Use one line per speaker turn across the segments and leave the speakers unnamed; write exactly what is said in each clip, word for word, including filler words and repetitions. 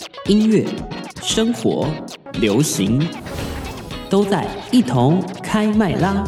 音乐、生活、流行，都在一同开麦啦！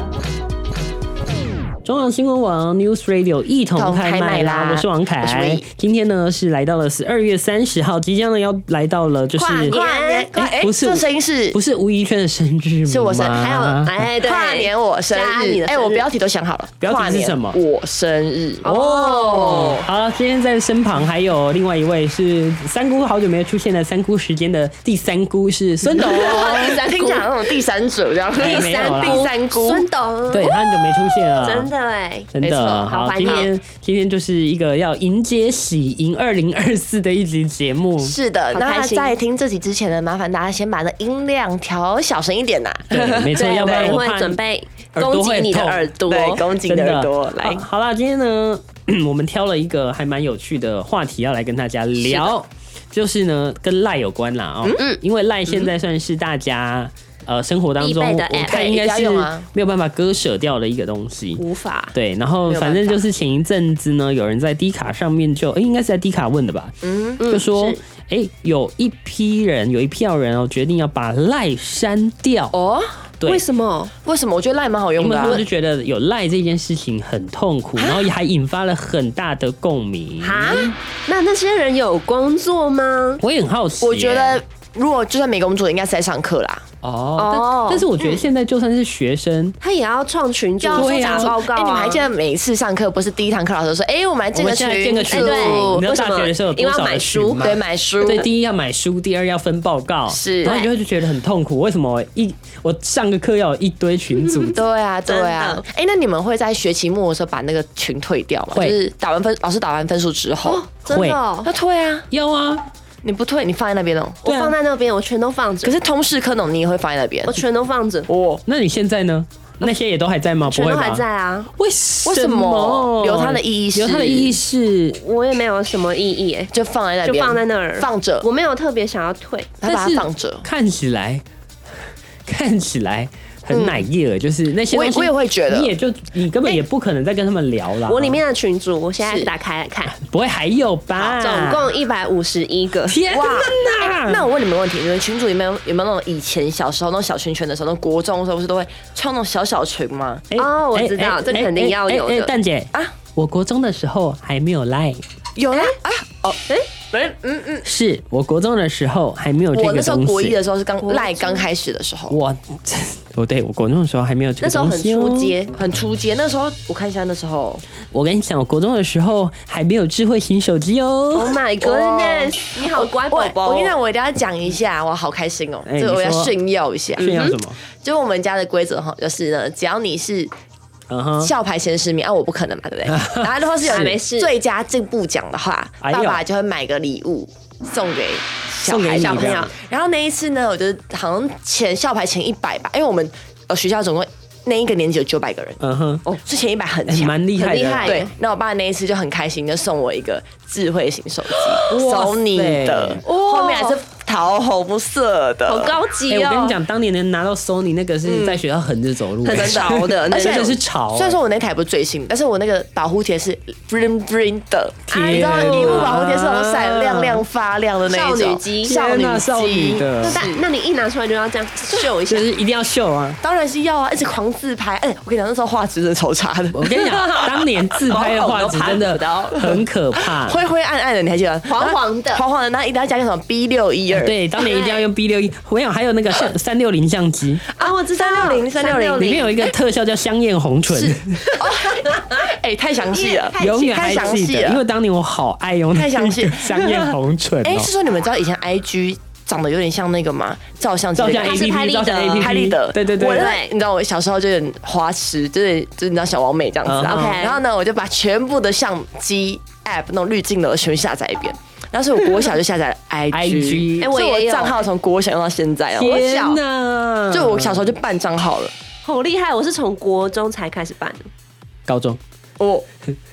中央新闻网 News Radio 一同开麦啦！我是王凯，今天呢是来到了十二月三十号，即将呢要来到了就是
跨年，
哎，不是，
这声音是
不是吴怡轩的生日吗？
是我生日，还有
哎，对，
跨年我生日，哎，我标题都想好了，
标题是什么？
我生日
哦。好了，今天在身旁还有另外一位是三姑，好久没有出现的三姑时间的第三姑是孙董，
听起来那种第三者这样，第三第三姑
孙董，
对，他很久没出现了，
真的哎，
真的好，今天今天就是一个要迎接喜迎二零二四的一集节目。
是的，那在听这集之前呢，麻烦大家先把那音量调小声一点呐。
对，没错，要不然我
会准备攻击你的耳朵，
对，攻击你的耳朵。来，
好啦，今天呢，我们挑了一个还蛮有趣的话题要来跟大家聊，就是呢跟赖有关啦哦，嗯，因为赖现在算是大家。呃，生活当中，我看应该是没有办法割舍掉的一个东西，
无法
对。然后反正就是前一阵子呢，有人在 D 卡上面就，哎、欸，应该是在 D 卡问的吧，嗯，就说，哎、欸，有一批人，有一票人哦，决定要把赖删掉哦。对，
为什么？
为什么？我觉得赖蛮好用的、啊，
他们就觉得有赖这件事情很痛苦，然后也还引发了很大的共鸣。
哈，那那些人有工作吗？
我也很好奇、欸，
我觉得如果就算没工作，应该是在上课啦。
哦，但是我觉得现在就算是学生，
他也要创群组、打报告。
哎，你们还记得每一次上课不是第一堂课老师说，哎，我们来建个群，
建个群组。你知道大学的时候有多少的群吗？
对，买书。
对，第一要买书，第二要分报告。
是，
然后你就会觉得很痛苦。为什么一我上个课要有一堆群组？
对啊，对啊。哎，那你们会在学期末的时候把那个群退掉吗？就是打完分，老师打完分数之后，
会
要退啊？
要啊。
你不退，你放在那边哦。
我放在那边，我全都放着。
可是通识科呢，你也会放在那边？
我全都放着。
哦，那你现在呢？那些也都还在吗？
全都还在啊。
为什么？
为什么？有它的意义是？
有它的意义是？
我也没有什么意义，哎，
就放在那边，
就放在那儿
放着。
我没有特别想要退，
把它放着。
看起来，看起来。很奶叶、嗯，就是那些东西，
我也会觉得，
你也就你根本也不可能再跟他们聊了。
我里面的群组，我现在打开来看，
不会还有吧？
总共一百五十一个。
天哪！
欸、那我问你们问题，你们群组里面有没有那种以前小时候那种小圈圈的时候，那种国中的时候不是都会创那种小小群吗？
欸、哦，我知道，欸、这肯定要有的。
欸欸欸、蛋姐啊，我国中的时候还没有 Line，
有啦啊哦，哎、欸。嗯嗯嗯，
是我国中的时候还没有这个东西。
我那时候国一的时候是刚赖刚开始的时候。
我，哦对，我国中的时候还没有这个东西、
哦。那时候很初阶，很初阶。那时候我看一下，那时候
我跟你讲，我国中的时候还没有智慧型手机哦。
Oh my goodness，、oh, 你好乖宝宝。
我跟你讲，我一定要讲一下，我好开心哦，这、欸、我要炫耀一下。
炫耀什么？
就我们家的规则哈，就是呢，只要你是。Uh-huh. 校排前十名啊，我不可能嘛，对不对？然后如果是有最佳进步奖的话，爸爸就会买个礼物送给小孩小朋友。然后那一次呢，我就好像前校排前一百吧，因为我们呃学校总共那一个年级有九百个人，嗯哼，哦，是前一百很强，
蛮厉害的。
对，那我爸那一次就很开心，就送我一个智慧型手机 ，Sony 的，后面还是。桃红色的，
好高级哦！
欸、我跟你讲，当年能拿到 Sony 那个是在学校横着走路，
很潮的，
而且是潮。
虽然说我那台不是最新，但是我那个保护贴是 bling bling 的，你知道荧幕保护贴是那种闪亮亮发亮的那种
少女机，
少女
少女的。
那那你一拿出来就要这样秀一下，
就是一定要秀啊！
当然是要啊，一直狂自拍。哎、欸，我跟你讲，那时候画质真的超差的。
我跟你讲，当年自拍的画质真的很可怕，
灰灰暗暗的，你还记得？
黄黄的，
黄黄的，然后一定要加个什么 B 六一二，
对，当年一定要。用 B 六一，我想还有那个三六零相机
啊，我知道三六零三六零
里面有一个特效叫香艳红唇，
哎，太详细了，
永远还记得，因为当年我好爱用太详细香艳红唇。
哎，是说你们知道以前 I G 长得有点像那个吗？照相机，
照相 A P P， 照相 A P P，
拍立得，
对对对。
我你知道我小时候就很花痴，就是就是你知道小王美这样子 ，OK。然后呢，我就把全部的相机 App 那种滤镜的全下载一遍。然后是我国小就下载了 I G，
哎，我
我账号从国小用到现在哦，
天哪！
就我小时候就办账号了，
好厉害！我是从国中才开始办的，
高中
哦。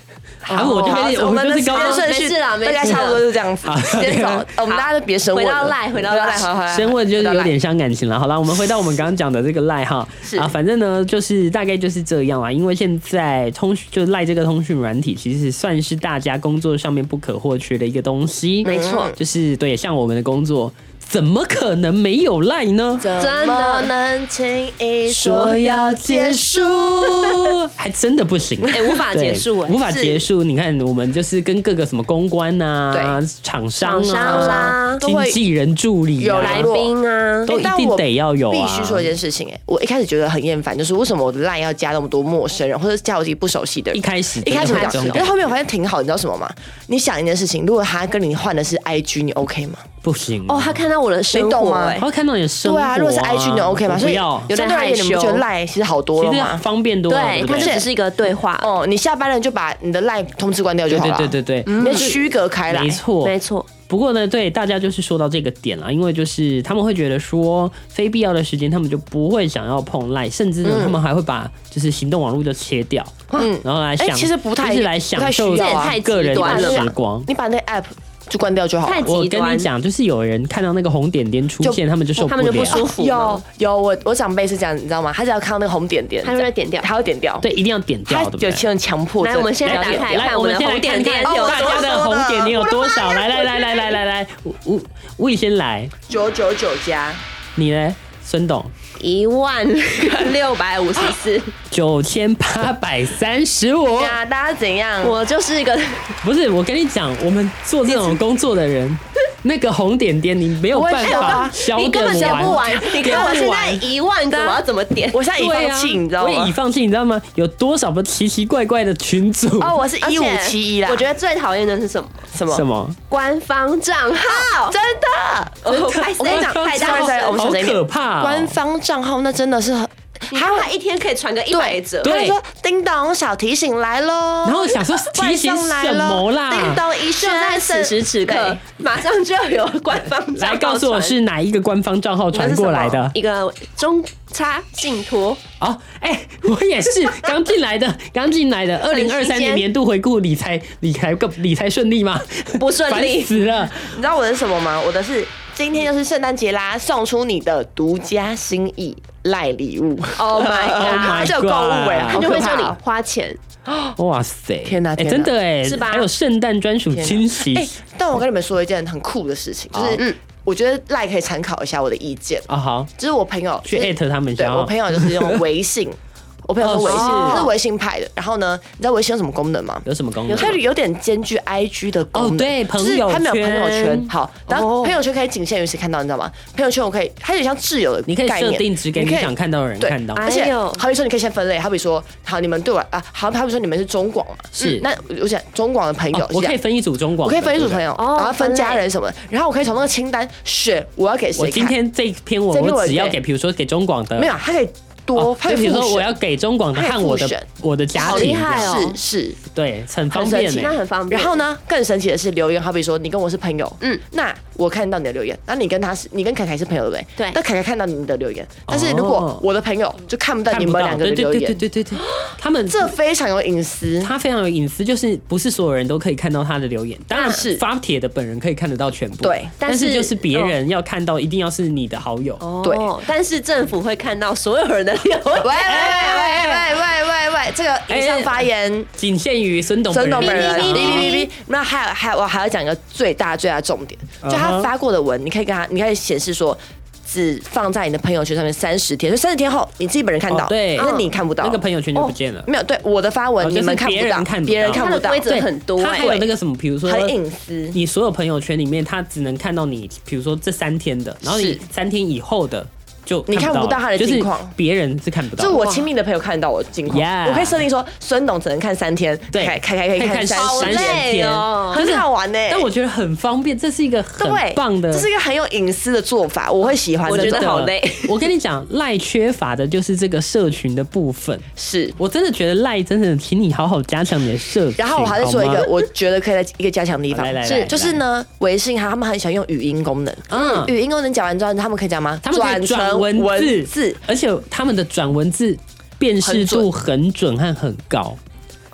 啊，我就跟你，我们就是高中
顺序，大家差不多是这样子。先走，我们大家都别深问。
回到赖，回到赖，
深问就是有点伤感情了。好了，我们回到我们刚刚讲的这个赖哈，啊，反正呢就是大概就是这样啦。因为现在通讯就赖这个通讯软体，其实算是大家工作上面不可或缺的一个东西。
没错，
就是对，像我们的工作。怎么可能没有赖呢？
怎么能轻易说要结束？
还真的不行，
哎、欸，无法结束，
无法结束。你看，我们就是跟各个什么公关啊、厂商啊、经纪人助理、
有
来宾啊，
都一定得要有、啊。
必须说一件事情、欸，哎，我一开始觉得很厌烦，就是为什么我的赖要加那么多陌生人，或者加我自己不熟悉的人？
一开始，
一开始会这样，但是后面我发现挺好，你知道什么吗？你想一件事情，如果他跟你换的是 I G， 你 OK 吗？
不行
哦，他看到我的生活、欸，
他会看到你的生活、啊。
对啊，如果是 I G 你 OK 吗？所以
有点害羞。
你们觉得赖其实好多了吗？
方便多了，
对，它就只是一个对话。
哦，你下班了就把你的赖通知关掉就好了。
对对对对，
你区隔开来。
没错，
没错。
不过呢，对大家就是说到这个点了，因为就是他们会觉得说，非必要的时间他们就不会想要碰赖，甚至呢，嗯、他们还会把就是行动网络就切掉，嗯，然后来享，欸、
其实不太，
就是来享受个人的时光。
你把那 app。就关掉就好了。
我跟你讲，就是有人看到那个红点点出现，他们就受不了，
他们就不舒服。
有有，我我长辈是这样，你知道吗？他只要看到那个红点点，
他就会点掉，
他会点掉，
对，一定要点掉，对不对？
有些人强迫。
来，我们现在打开，
来，我们先来看看大家的红点点有多少。来来来来来来来，吴吴以先来，
九九九加，
你呢，孙董？
一万六百五十四，
九千八百三十五。
呀，大家怎样？
我就是一个，
不是我跟你讲，我们做这种工作的人，那个红点点你没有办法消得完，
你根本消不完。你看我现在一万个，我要怎么点？
我现在已放弃，你知道吗？
我也已放弃，你知道吗？有多少个奇奇怪怪的群组？
哦，我是一五七一啦。
我觉得最讨厌的是什么？
什么？
什么？
官方账号，
真的。我跟你讲，太大了，
好可怕！
官方账号那真的是很。
他他一天可以传个一百折，
他说叮咚小提醒来喽，
然后想说提醒什么啦？
叮咚一声，
在此时此刻马上就有官方账号
来告诉我是哪一个官方账号传过来的？
一个中差信托
哦，哎、欸，我也是刚进来的，刚进来的，二零二三年年度回顾理财理财个理财顺利吗？
不顺利，
烦死了。
你知道我的是什么吗？我的是今天就是圣诞节啦，送出你的独家心意。赖礼物
，Oh my god！
这有购物哎，
他就会叫你花钱。
哇塞！
天哪，
哎，真的哎，
是吧？
还有圣诞专属惊喜。
哎，但我跟你们说一件很酷的事情，就是嗯，我觉得赖可以参考一下我的意见
啊。好，
就是我朋友
去艾特他们，
对我朋友就是用微信。我朋友是微信，他是微信派的。然后呢，你知道微信有什么功能吗？
有什么功能？
它有点兼具 I G 的功能。
哦，对，朋友圈，
它没有朋友圈。好，然后朋友圈可以仅限于谁看到，你知道吗？朋友圈我可以，它有点像挚友的概念，
你可以设定只给你想看到的人看到。
而且，好比说你可以先分类，好比说，好，你们对我啊，好，好比说你们是中广嘛，
是。
那我想中广的朋友，
我可以分一组中广，
我可以分一组朋友，然后分家人什么的，然后我可以从那个清单选我要给谁看。
我今天这篇文我只要给，比如说给中广的，
没有，他可以。多，
就比如说我要给中广的和我的我的家庭，
好厉害哦，
是是，
对，很方便，
那很方便。
然后呢，更神奇的是留言，好比说你跟我是朋友，嗯，那我看到你的留言，那你跟他是，你跟凯凯是朋友对不对？
对。
那凯凯看到你的留言，但是如果我的朋友就看不到你们两个的留言，
对对对对对，他们
这非常有隐私，
他非常有隐私，就是不是所有人都可以看到他的留言，当然是发帖的本人可以看得到全部，
对，
但是就是别人要看到，一定要是你的好友，
对，
但是政府会看到所有人的留言。
喂喂喂喂喂喂！这个以上发言
仅限于孙董
孙董本人。哔哔哔哔。那还有还有，我还要讲一个最大最大的重点，就他发过的文，你可以跟他，你可以显示说，只放在你的朋友圈上面三十天，所以三十天后你自己本人看到，
对，
那你看不到，
那个朋友圈就不见了。
没有，对我的发文你们看不到，别人看不到，
规则很多，
他还有那个什么，比如说
很隐私，
你所有朋友圈里面，他只能看到你，比如说这三天的，然后你三天以后的。就
你看不到他的近况，
别人是看不到。
就我亲密的朋友看到我的近况，我可以设定说，孙董只能看三天，对，凯凯可以看三十天，很好玩呢。
但我觉得很方便，这是一个很棒的，
这是一个很有隐私的做法，我会喜欢。
我觉得好累。
我跟你讲，赖缺乏的就是这个社群的部分。
是我
真的觉得赖真的，请你好好加强你的社群。
然后我还在说一个，我觉得可以在一个加强的地方，是就是呢，微信他们很喜欢用语音功能。嗯，语音功能讲完之后，他们可以讲吗？
他们可以转文字。而且他们的转文字辨识度很准和很高，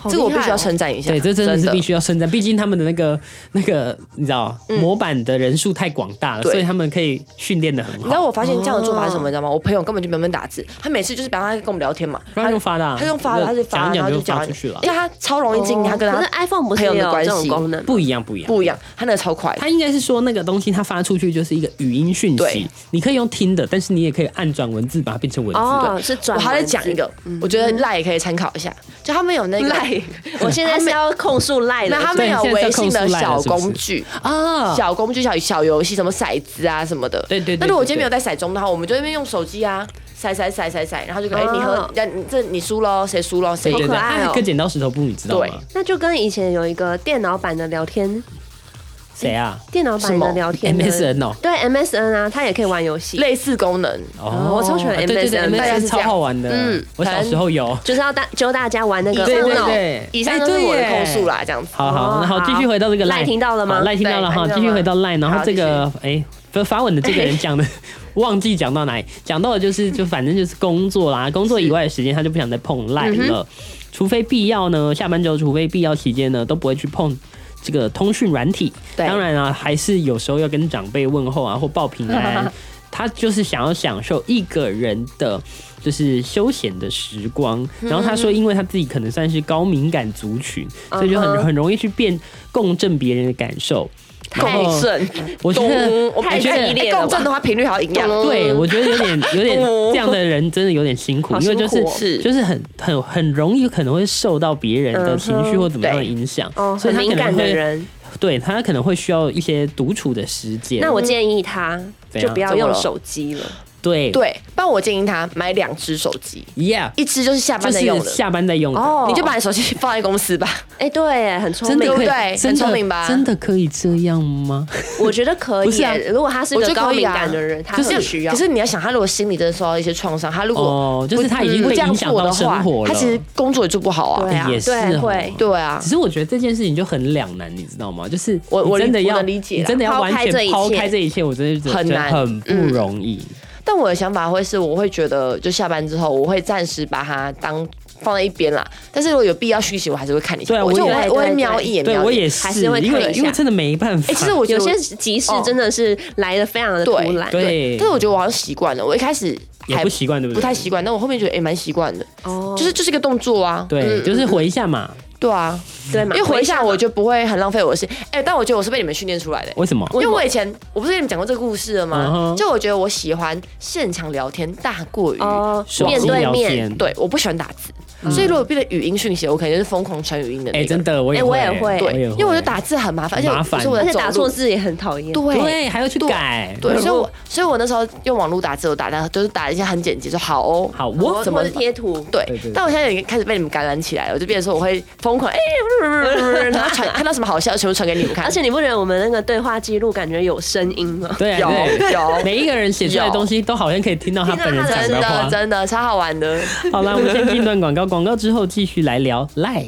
这个我必须要称赞一下。
对，这真的是必须要称赞，毕竟他们的那个那个你知道模板的人数太广大了，所以他们可以训练的很好。
你知道我发现这样的做法是什么？你知道吗？我朋友根本就没有打字，他每次就是比方他跟我们聊天嘛，
他用发的，
他用发的，他是发，然后就
发出去了。
因为他超容易进，他跟他
iPhone 不是有这种功能，
不一样，不一样，
不一样，他那个超快。
他应该是说那个东西，他发出去就是一个语音讯息，你可以用听的，但是你也可以按转文字把它变成文字。
哦，是转。
我还在讲一个，我觉得赖也可以参考一下，就他们有那个
赖，我现在是要控诉赖的，
那他们有微信的小工具啊，小工具、小小游戏，什么骰子啊什么的。对对。那如果我今天没有在骰盅的话，我们就那边用手机啊，骰骰骰骰骰，然后就哎你和你这你输喽，谁输喽？谁
好可爱哦，
跟剪刀石头布，你知道吗？对，
那就跟以前有一个电脑版的聊天。
谁啊？
电脑版的聊天
M S N 哦，
对 M S N 啊，它也可以玩游戏，
类似功能
哦。我超喜欢 M S N，
大家是超好玩的。嗯，我小时候有，
就是要大教大家玩那个。
对对对，
以上都是我的控诉啦，这样子。
好好，然后继续回到这个赖，
听到了吗？
赖听到了哈，继续回到赖，然后这个哎，发文的这个人讲的。忘记讲到哪里，讲到的就是就反正就是工作啦，工作以外的时间他就不想再碰赖了，除非必要呢，下班之后除非必要期间呢都不会去碰这个通讯软体。当然啊，还是有时候要跟长辈问候啊或报平安。他就是想要享受一个人的就是休闲的时光，然后他说因为他自己可能算是高敏感族群，所以就很很容易去变共振别人的感受。
共振，
我觉得
太激烈了。共振的话频率好一样。
对，我觉得有点有点这样的人真的有点辛苦，因为就是就是很很很容易可能会受到别人的情绪或怎么样的影响，所以他可能会对他可能会需要一些独处的时间。
那我建议他就不要用手机了。
对
对，不然我建议他买两只手机
，Yeah，
一只就是下班在用的，
下班在用的，
哦，你就把你手机放在公司吧。
哎，对，很聪明，
对不对？很聪明吧？
真的可以这样吗？
我觉得可以。不是啊，如果他是个高敏感的人，他很需要。
可是你要想，他如果心里真的受到一些创伤，他如果
哦，就是他已经被影响到生活了，
他其实工作也做不好啊。
对啊，
也是
会，
对啊。
只是我觉得这件事情就很两难，你知道吗？就是
我我
真的要
理解，
你真的要完全抛开这一切，我真的
很难，
很不容易。
但我的想法会是，我会觉得，就下班之后，我会暂时把它当放在一边啦。但是如果有必要讯息，我还是会看一下。
对，
我就
我
我会瞄一眼，
对我也是，
还是会
因为因为真的没办法。
哎，其实我觉
得有些急事真的是来的非常的突然。
对，
但是我觉得我好像习惯了。我一开始
也不习惯，对不对？
不太习惯，但我后面觉得哎，蛮习惯的。哦，就是就是一个动作啊。
对，就是回一下嘛。
对啊，
对嘛，
因为回一下我就不会很浪费我的时间。哎，但我觉得我是被你们训练出来的。
为什么？
因为我以前我不是跟你们讲过这个故事了吗？就我觉得我喜欢现场聊天大过于
面对面。
对，我不喜欢打字。所以如果变成语音讯息，我可能就是疯狂传语音的那个。
哎，真的，我也
我也会，
对，因为我觉得打字很麻烦，而且
而且打错字也很讨厌。
对，还要去改。
对，所以我所以我那时候用网络打字，我打的就是打一些很简洁，说好哦，
好我
怎么
贴图。
对，但我现在已经开始被你们感染起来了，我就变成说我会疯狂哎，然后传看到什么好笑，全部传给你们看。
而且你不觉得我们那个对话记录感觉有声音吗？
对，有有，每一个人写出来的东西都好像可以听到他本人讲的话，
真的真的超好玩的。
好了，我们先进一段广告，广告之后继续。去来聊赖，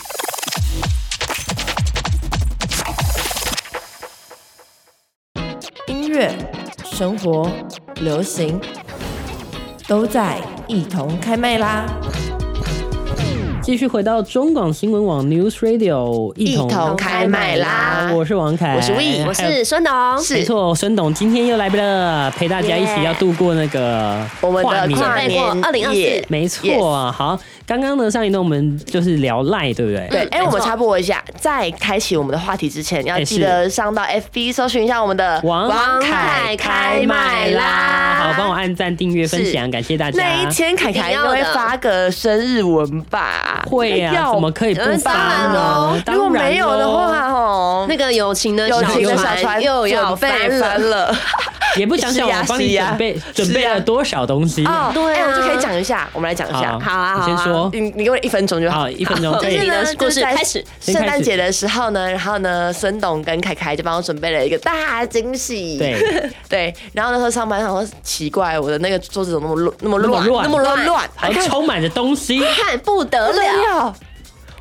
音乐、生活、流行，都在一同开麦啦！
继续回到中广新闻网 News Radio，
一同开麦啦！
我是王凯，
我是 We，
我是孙董，
没错，孙董今天又来了，陪大家一起要度过那个
我们的跨年
二零二四，
没错，好。刚刚呢，上一段我们就是聊赖，对不对？
对，哎、欸，我们插播一下，在开启我们的话题之前，要记得上到 F B 搜寻一下我们的
王
凯开麦啦。
好，帮我按赞、订阅、分享，感谢大家。
那一天凯凯应该会发个生日文吧？
会啊，怎么可以不发呢？
如果没有的话，哦，
那个友情的
友情的小船
又要
翻了。
也不想想我帮你准备准备了多少东西
哦，对啊，我就可以讲一下，我们来讲一下。
好啊，
你先说，
你你给我一分钟就好，
一分钟。
就是呢，故事开始。
圣诞节的时候呢，然后呢，孙董跟凯凯就帮我准备了一个大惊喜。
对
对，然后那时候上班，然后奇怪，我的那个桌子怎么那么乱，那么乱，那么乱，
还充满着东西，
看不得了。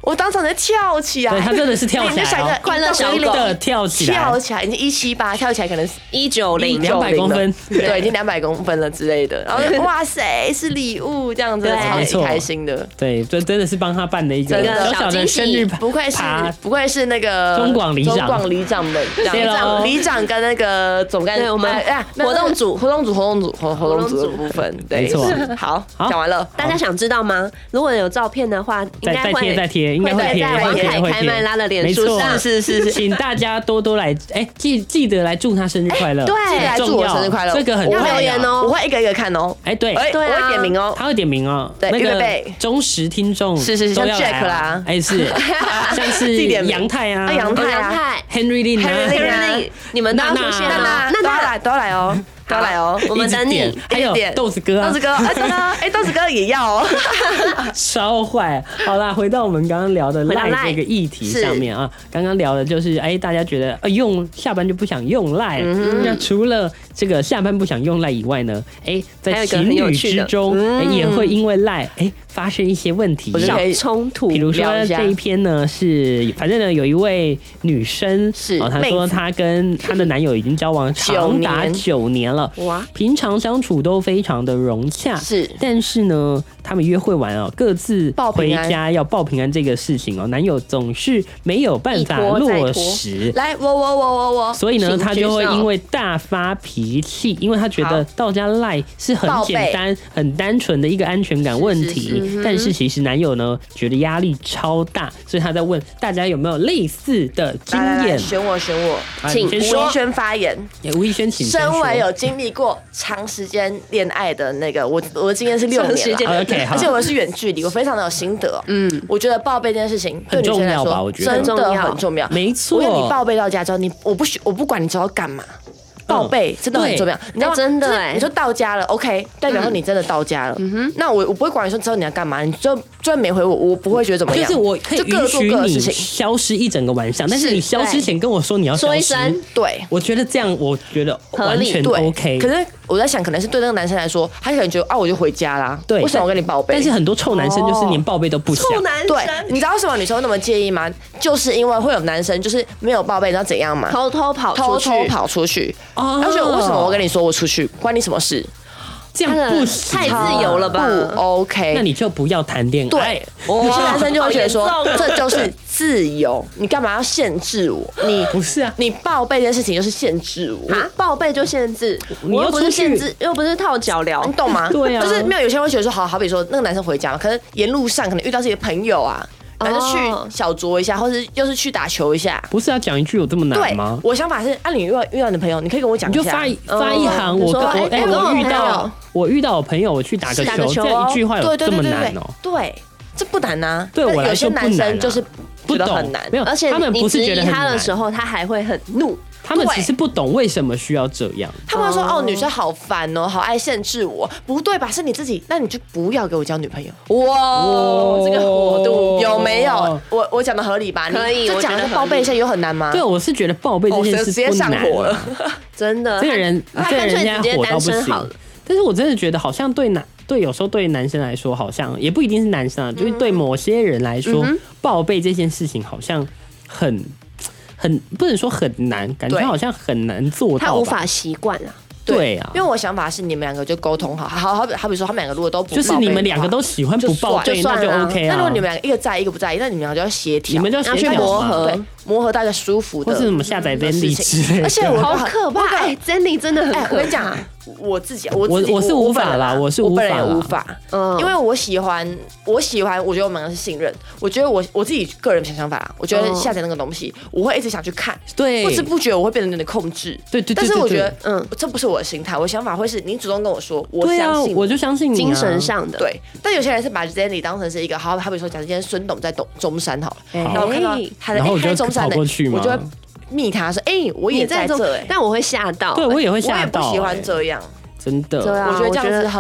我当场就跳起来，
对，他真的是跳起来、哦，
快乐小狗
的跳起来，
跳起来，已经一七八，跳起来可能
一九零
两百公分，
对，已经两百公分了之类的。然后哇塞，是礼物，这样子超级开心的。
对，这真的是帮他办的一个小小的生日趴，
不愧是不愧是那个
中广里长，
中广里长们，里长里长跟那个总干事，
我们活动组
活动组活动组活活动组的部分，
没错。
好，讲完了，
大家想知道吗？如果有照片的话，应该会
再贴再贴，应该会贴，
王凯开麦拉的脸书上，
是是是，
请大家多多来，哎，记记得来祝他生日快乐，
对，记得来祝我生日快乐，
这个很
重要，留言哦，我会一个一个看哦，
哎，对，
对，我会点名哦，
他会点名哦，
对，
那个忠实听众
是是是，像 Jack 啦，
哎是，像是杨太啊，
杨太啊
，Henry
Lin 啊
，Henry Lin，你们都要出现了，
那都要来都要来哦。都来哦，
我们等你。
还有豆子哥，
豆子哥，哎，真的，哎，豆子哥也要哦，
超坏。好啦，回到我们刚刚聊的赖这个议题上面啊，刚刚聊的就是，哎，大家觉得呃用下班就不想用赖，那除了这个下班不想用赖以外呢，哎，在情侣之中也会因为赖哎发生一些问题，
小冲突。
比如说这一篇呢是，反正呢有一位女生
是，
她说她跟她的男友已经交往长达九年了，哇，平常相处都非常的融洽，
是，
但是呢，他们约会完哦，各自回家要报平安这个事情哦，男友总是没有办法落实。
来，我我我我我，
所以呢，他就会因为大发脾气，因为他觉得到家赖是很简单、很单纯的一个安全感问题，是是是，但是其实男友呢觉得压力超大，所以他在问大家有没有类似的经验。来来来，
选我选我，请吴亦轩发言。
吴亦轩，请
身为有经历过长时间恋爱的那个，我我的经验是六年了
，OK，
而且我是远距离，我非常的有心得。嗯，我觉得报备这件事情对女生来说真的很重要，
没错。
因为你报备到家之后，你我不我不管你之后干嘛。报备真的很重要，你知道
真的哎，
你说到家了 ，OK， 代表说你真的到家了。嗯哼，那我我不会管你说之后你要干嘛，你就就算没回我，我不会觉得怎么样。
就是我可以允许你消失一整个晚上，但是你消失前跟我说你要
说一声，
对，
我觉得这样我觉得完全 OK。
可是我在想，可能是对那个男生来说，他可能觉得啊，我就回家啦，
对，
为什么我跟你报备？
但是很多臭男生就是连报备都不想。
臭男生，
对，你知道为什么女生会那么介意吗？就是因为会有男生就是没有报备，你知道怎样吗？
偷偷跑
偷偷跑出去，而且为什么我跟你说我出去，关你什么事？
这样不行，
太自由了吧？
不 OK，
那你就不要谈恋爱。
有些男生就会觉得说，这就是自由，你干嘛要限制我？你
不是啊，
你报备这件事情就是限制我
啊！报备就限制，
你又
不是限制，又不是套脚镣，
你懂吗？
对啊，
就是没有有些人会觉得说，好好比说那个男生回家，可能沿路上可能遇到自己的朋友啊。还是去小酌一下，或是又是去打球一下。
不是要讲一句有这么难吗？
我想法是，啊，你遇到遇到你的朋友，你可以跟我讲一下，
你就发发一行，我我哎，我遇到我遇到我朋友，我去打个球，这一句话有这么难哦？
对，这不难呐。
对我来说不难，
有些男生就是
不懂
很难，
没有，
而且
他们不是觉得很难
他的时候，他还会很怒。
他们其实不懂为什么需要这样，
他们会说哦，女生好烦哦，好爱限制我，不对吧？是你自己，那你就不要给我交女朋友。哇，这个火度有没有？我我讲的合理吧？
可以，
就讲的报备一下有很难吗？
对，我是觉得报备这件事
直接上火了，
真的。
这个人，这个人现在火到不行。但是我真的觉得，好像对男对有时候对男生来说，好像也不一定是男生啊，就是对某些人来说，报备这件事情好像很。很不能说很难，感觉好像很难做到，
他无法习惯啊。
对啊，
因为我想法是你们两个就沟通好，好好比好比说他们两个如果都不
就是你们两个都喜欢不报备，那就 OK 啊。
那如果你们两个一个在意一个不在意，那你们两个就要协调，
你们就
要
去
磨合，磨合大家舒服的，
或是什么下载 Zenly 之类的。
而且我
好可怕，哎 ，Zenly 真的很可怕。
我跟你讲，我自己，我
我我是无法啦，我是无法，
无法，嗯，因为我喜欢，我喜欢，我觉得我们两个是信任。我觉得我我自己个人想法啦，我觉得下载那个东西，我会一直想去看，
对，
不知不觉我会变得有点控制，
对对。
但是我觉得，嗯，这不是我的心态，我想法会是你主动跟我说，我相信，
我就相信你，
精神上的，
对。但有些人是把 Zenly 当成是一个，好，好比说，假设今天孙董在东中山好了，然后看到他的哎中山的，我就会密他说，哎，我也在这，哎，
但我会吓到，
对我也会吓到，
我也不喜欢这样。
真的，
我觉得这样子很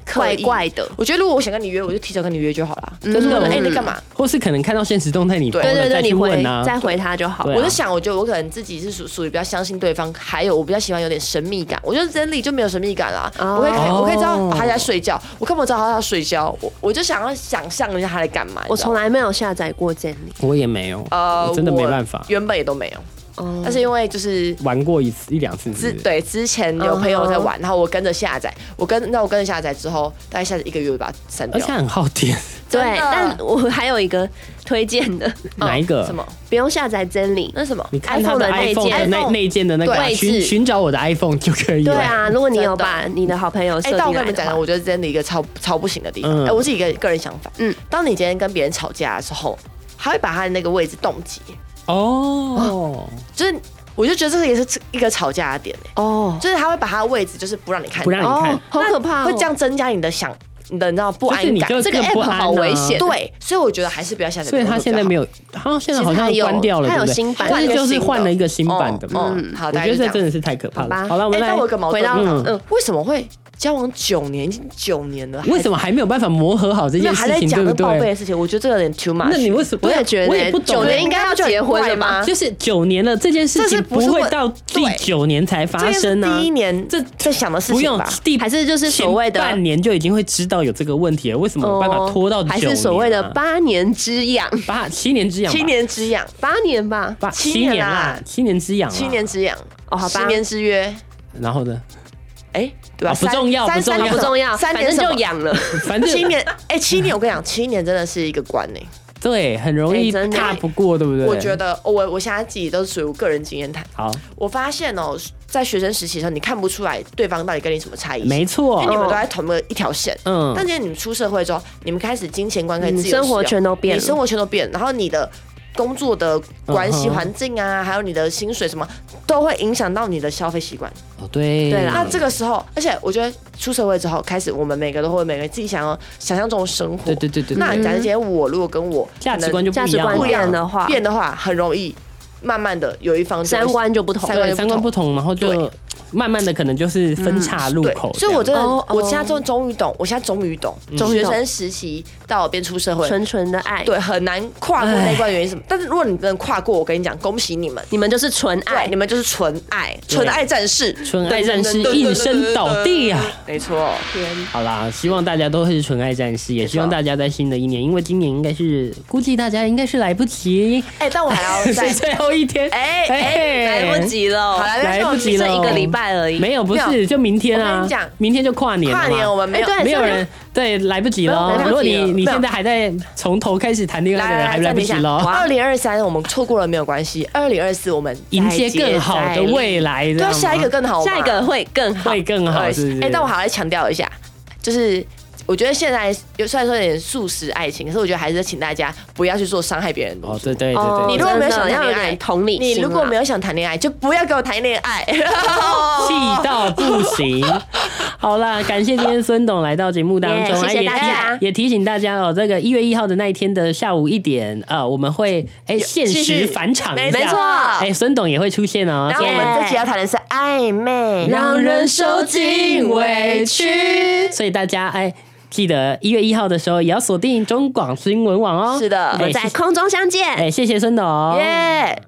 怪怪的。我觉得如果我想跟你约，我就提早跟你约就好了。就是问哎你干嘛，
或是可能看到现实动态你对
对对，你
回
再回他就好。
我就想，我觉得我可能自己是属属于比较相信对方，还有我比较喜欢有点神秘感。我觉得真理就没有神秘感啦。我可以我可以知道他在睡觉，我根本知道他在睡觉，我我就想要想象一下他在干嘛。
我从来没有下载过真理，
我也没有，呃，真的没办法，
原本也都没有。但是因为就是
玩过一次一两次
之对之前有朋友在玩，然后我跟着下载，我跟那我跟着下载之后，大概下载一个月就把它删掉，
而且很耗电。
对，但我还有一个推荐的，
哪一个？
什么？
不用下载真理，
那什么？
你看他的 iPhone 的内内建的那个寻寻找我的 iPhone 就可以了。
对啊，如果你有把你的好朋友设进来的话，
但我跟你们讲，我觉得真的一个超超不行的地方。哎，我是一个个人想法。嗯，当你今天跟别人吵架的时候，他会把他的那个位置冻结。哦，就是。我就觉得这个也是一个吵架的点哦，就是他会把他的位置就是不让你看，
不让你看，
好可怕，
会这样增加你的想你的你知道不安感，
这个 app 好危险，
对，所以我觉得还是不要下载。
所以他现在没有，他现在好像关掉了，
他有新版，
但是就是换了一个新版的嘛。
嗯，好，
我觉得这真的是太可怕了。好了，我们来
回到嗯，为什么会？交往九年，已经九年了，
为什么还没有办法磨合好这件事情？
还在讲
那
报备的事情，我觉得这个有点 too much。
那你为什么？
我也觉得，
我也不懂，
九年应该要结婚了吗？
就是九年了，这件事情不会到第九年才发生啊。
第一年这在想的事情
不用，
还是就是所谓的
半年就已经会知道有这个问题了，为什么有办法拖到九年？
还是所谓的八年之痒，
八七年之痒，
七年之痒，
八年吧，
八七年啦，七年之痒，
七年之痒，哦，好，十年之约，
然后呢？
哎，对吧？
不重要，不重要，
不重要，反正就养了。
反正
七年，哎，七年，我跟你讲，七年真的是一个关呢。
对，很容易踏不过，对不对？
我觉得，我我现在自己都是属于我个人经验谈。
好，
我发现哦，在学生时期的时候，你看不出来对方到底跟你什么差异。
没错，
因为你们都在同一个一条线。嗯。但今天你们出社会之后，你们开始金钱观可以自由，
生活全都变，
你生活全都变，然后你的工作的关系环境啊，还有你的薪水什么，都会影响到你的消费习惯。
哦，对，
对啦。那这个时候，而且我觉得出社会之后，开始我们每个都会每个自己想要想象中的生活。
对对对对。
那假设今天我如果跟我
价值观就
价值观不一样的话，
变的话，很容易慢慢的有一方
三观就不同，
对，三观不同，然后就慢慢的可能就是分岔路口。
所以我真的，我现在终终于懂，我现在终于懂，从学生时期到我变出社会，
纯纯的爱，
对，很难跨过那关原因什么。但是如果你能跨过，我跟你讲，恭喜你们，
你们就是纯爱，
你们就是纯爱，纯爱战士，
纯爱战士应声倒地啊！
没错，
好啦，希望大家都是纯爱战士，也希望大家在新的一年，因为今年应该是估计大家应该是来不及，
哎，但我还要在
最后一天，
哎哎，
来不及了，
好
来不及了，
剩一个礼拜而已，
没有，不是，就明天啊！
我跟你讲，
明天就跨年了，
跨年我们没有
没有人。对，来不及了。如果你你现在还在从头开始谈恋爱的人，还来不及了。
二零二三我们错过了没有关系，二零二四我们
迎接更好的未来。
对，下一个更好，
下一个会更好，
会更好。
哎，但我还要强调一下，就是我觉得现在虽然说有点速食爱情，可是我觉得还是请大家不要去做伤害别人的东西。
哦，对对对对。
你如果没有想谈恋爱，
同理心，
你如果没有想谈恋爱，就不要给我谈恋爱，
气到不行。好啦，感谢今天孙董来到节目当中，
谢谢大家，
也提醒大家哦，这个一月一号的那一天的下午一点啊，我们会哎限时返场，
没错，
哎，孙董也会出现哦。
然后我们这期要谈的是暧昧，
让人受尽委屈，
所以大家哎。记得一月一号的时候也要锁定中广新闻网哦。
是的，
我们在空中相见。
哎，谢谢孙董。
耶。